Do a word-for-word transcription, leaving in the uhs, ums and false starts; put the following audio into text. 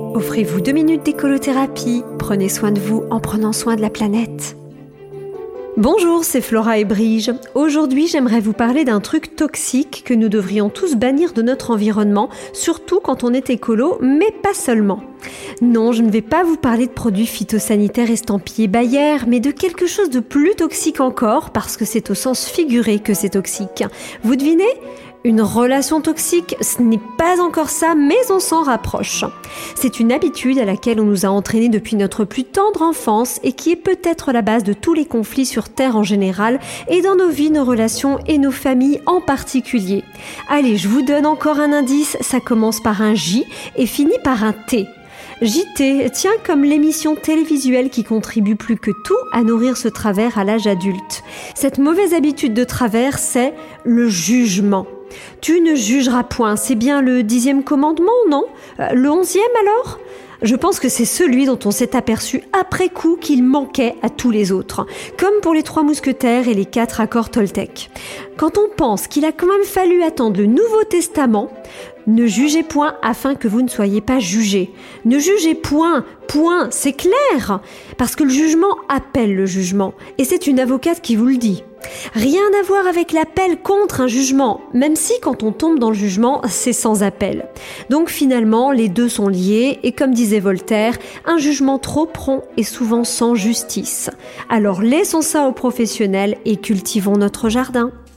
Offrez-vous deux minutes d'écolothérapie. Prenez soin de vous en prenant soin de la planète. Bonjour, c'est Flora et Brige. Aujourd'hui, j'aimerais vous parler d'un truc toxique que nous devrions tous bannir de notre environnement, surtout quand on est écolo, mais pas seulement. Non, je ne vais pas vous parler de produits phytosanitaires estampillés Bayer, mais de quelque chose de plus toxique encore, parce que c'est au sens figuré que c'est toxique. Vous devinez ? Une relation toxique, ce n'est pas encore ça, mais on s'en rapproche. C'est une habitude à laquelle on nous a entraînés depuis notre plus tendre enfance et qui est peut-être la base de tous les conflits sur Terre en général et dans nos vies, nos relations et nos familles en particulier. Allez, je vous donne encore un indice, ça commence par un J et finit par un T. J T, tiens, comme l'émission télévisuelle qui contribue plus que tout à nourrir ce travers à l'âge adulte. Cette mauvaise habitude de travers, c'est le jugement. Tu ne jugeras point, c'est bien le dixième commandement, non ? Le onzième alors ? Je pense que c'est celui dont on s'est aperçu après coup qu'il manquait à tous les autres, comme pour les trois mousquetaires et les quatre accords Toltec. Quand on pense qu'il a quand même fallu attendre le Nouveau Testament, ne jugez point afin que vous ne soyez pas jugés. Ne jugez point, point, c'est clair, parce que le jugement appelle le jugement, et c'est une avocate qui vous le dit. Rien à voir avec l'appel contre un jugement, même si quand on tombe dans le jugement, c'est sans appel. Donc finalement, les deux sont liés, et comme disait Voltaire, un jugement trop prompt est souvent sans justice. Alors laissons ça aux professionnels et cultivons notre jardin.